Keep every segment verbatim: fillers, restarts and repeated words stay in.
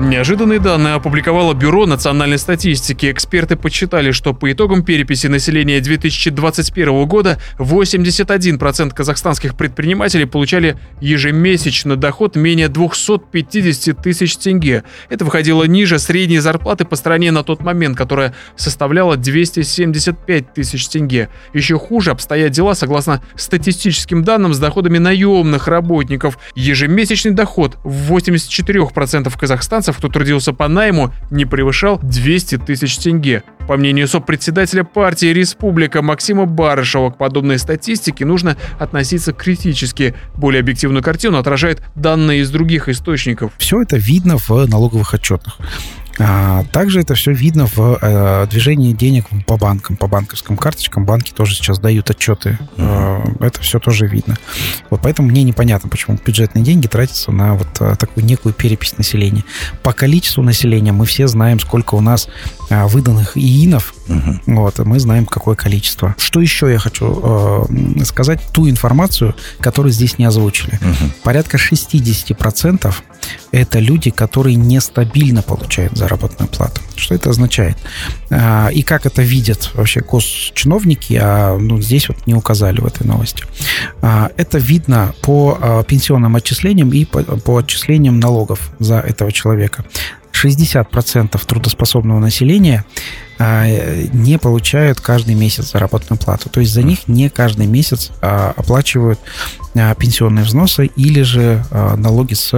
Неожиданные данные опубликовало Бюро национальной статистики. Эксперты подсчитали, что по итогам переписи населения две тысячи двадцать первого года восемьдесят один процент казахстанских предпринимателей получали ежемесячно доход менее двести пятьдесят тысяч тенге. Это выходило ниже средней зарплаты по стране на тот момент, которая составляла двести семьдесят пять тысяч тенге. Еще хуже обстоят дела, согласно статистическим данным, с доходами наемных работников. Ежемесячный доход в восемьдесят четыре процента казахстанцев, кто трудился по найму, не превышал двести тысяч тенге. По мнению сопредседателя партии «Республика» Максима Барышева, к подобной статистике нужно относиться критически. Более объективную картину отражают данные из других источников. Все это видно в налоговых отчетах. Также это все видно в движении денег по банкам, по банковским карточкам. Банки тоже сейчас дают отчеты. Uh-huh. Это все тоже видно. Вот поэтому мне непонятно, почему бюджетные деньги тратятся на вот такую некую перепись населения. По количеству населения мы все знаем, сколько у нас выданных ИИНов. Uh-huh. Вот, мы знаем, какое количество. Что еще я хочу э, сказать? Ту информацию, которую здесь не озвучили. Uh-huh. Порядка шестьдесят процентов это люди, которые нестабильно получают заработную плату. Что это означает? А, и как это видят вообще госчиновники, а ну, здесь вот не указали в этой новости. А, это видно по а, пенсионным отчислениям и по, по отчислениям налогов за этого человека. шестьдесят процентов трудоспособного населения не получают каждый месяц заработную плату. То есть за них не каждый месяц оплачивают пенсионные взносы или же налоги с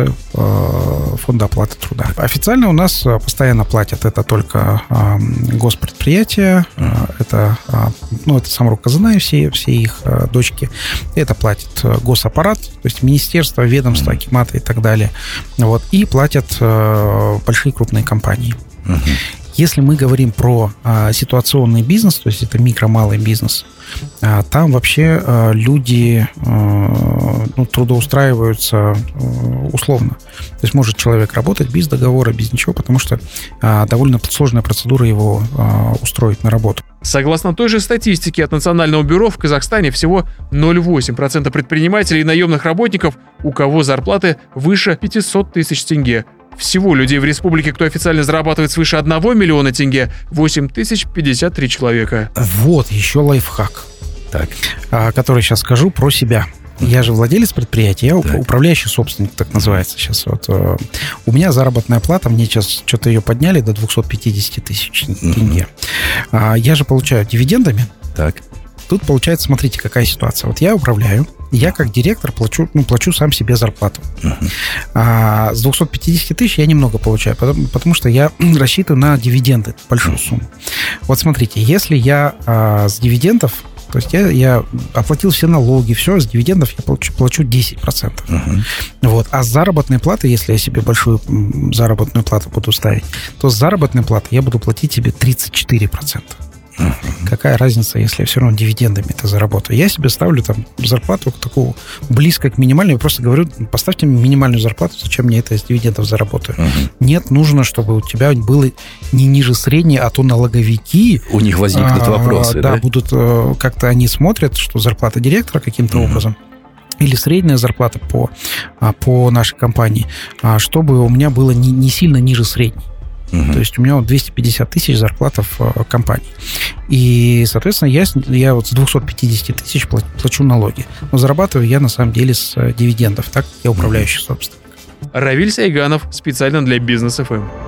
фонда оплаты труда. Официально у нас постоянно платят это только госпредприятия, это, ну, это Самрук-Казына, все, все их дочки. Это платит госаппарат, то есть министерство, ведомство, акиматы и так далее. Вот. И платят большие крупные компании. Если мы говорим про а, ситуационный бизнес, то есть это микро-малый бизнес, а, там вообще а, люди а, ну, трудоустраиваются а, условно. То есть может человек работать без договора, без ничего, потому что а, довольно сложная процедура его а, устроить на работу. Согласно той же статистике от Национального бюро, в Казахстане всего ноль целых восемь десятых процента предпринимателей и наемных работников, у кого зарплаты выше пятьсот тысяч тенге. Всего людей в республике, кто официально зарабатывает свыше одного миллиона тенге, восемь тысяч пятьдесят три человека. Вот еще лайфхак, так. который сейчас скажу про себя. Я же владелец предприятия, я так. управляющий собственник, так называется сейчас. Вот. У меня заработная плата, мне сейчас что-то ее подняли до двести пятьдесят тысяч тенге. Mm-hmm. Я же получаю дивидендами. Так. Тут получается, смотрите, какая ситуация. Вот я управляю, я как директор плачу, ну, плачу сам себе зарплату. Uh-huh. А с двести пятьдесят тысяч я немного получаю, потому, потому что я рассчитываю на дивиденды, большую сумму. Вот смотрите, если я а, с дивидендов, то есть я, я оплатил все налоги, все, с дивидендов я плачу, плачу десять процентов. Uh-huh. Вот. А с заработной платы, если я себе большую заработную плату буду ставить, то с заработной платы я буду платить себе тридцать четыре процента. Uh-huh. Какая разница, если я все равно дивидендами это заработаю? Я себе ставлю там зарплату такую близко к минимальной. Я просто говорю, поставьте мне минимальную зарплату, зачем мне это из дивидендов заработаю? Uh-huh. Нет, нужно, чтобы у тебя было не ниже средней, а то налоговики... У них возникнут а, вопросы, да? Да, будут как-то они смотрят, что зарплата директора каким-то uh-huh. образом или средняя зарплата по, по нашей компании, чтобы у меня было не, не сильно ниже средней. Uh-huh. То есть у меня вот двести пятьдесят тысяч зарплата в компании. И, соответственно, я, я вот с двести пятьдесят тысяч плачу налоги. Но зарабатываю я, на самом деле, с дивидендов. Так я управляющий собственник. Равиль Сайганов, специально для Бизнес эф эм.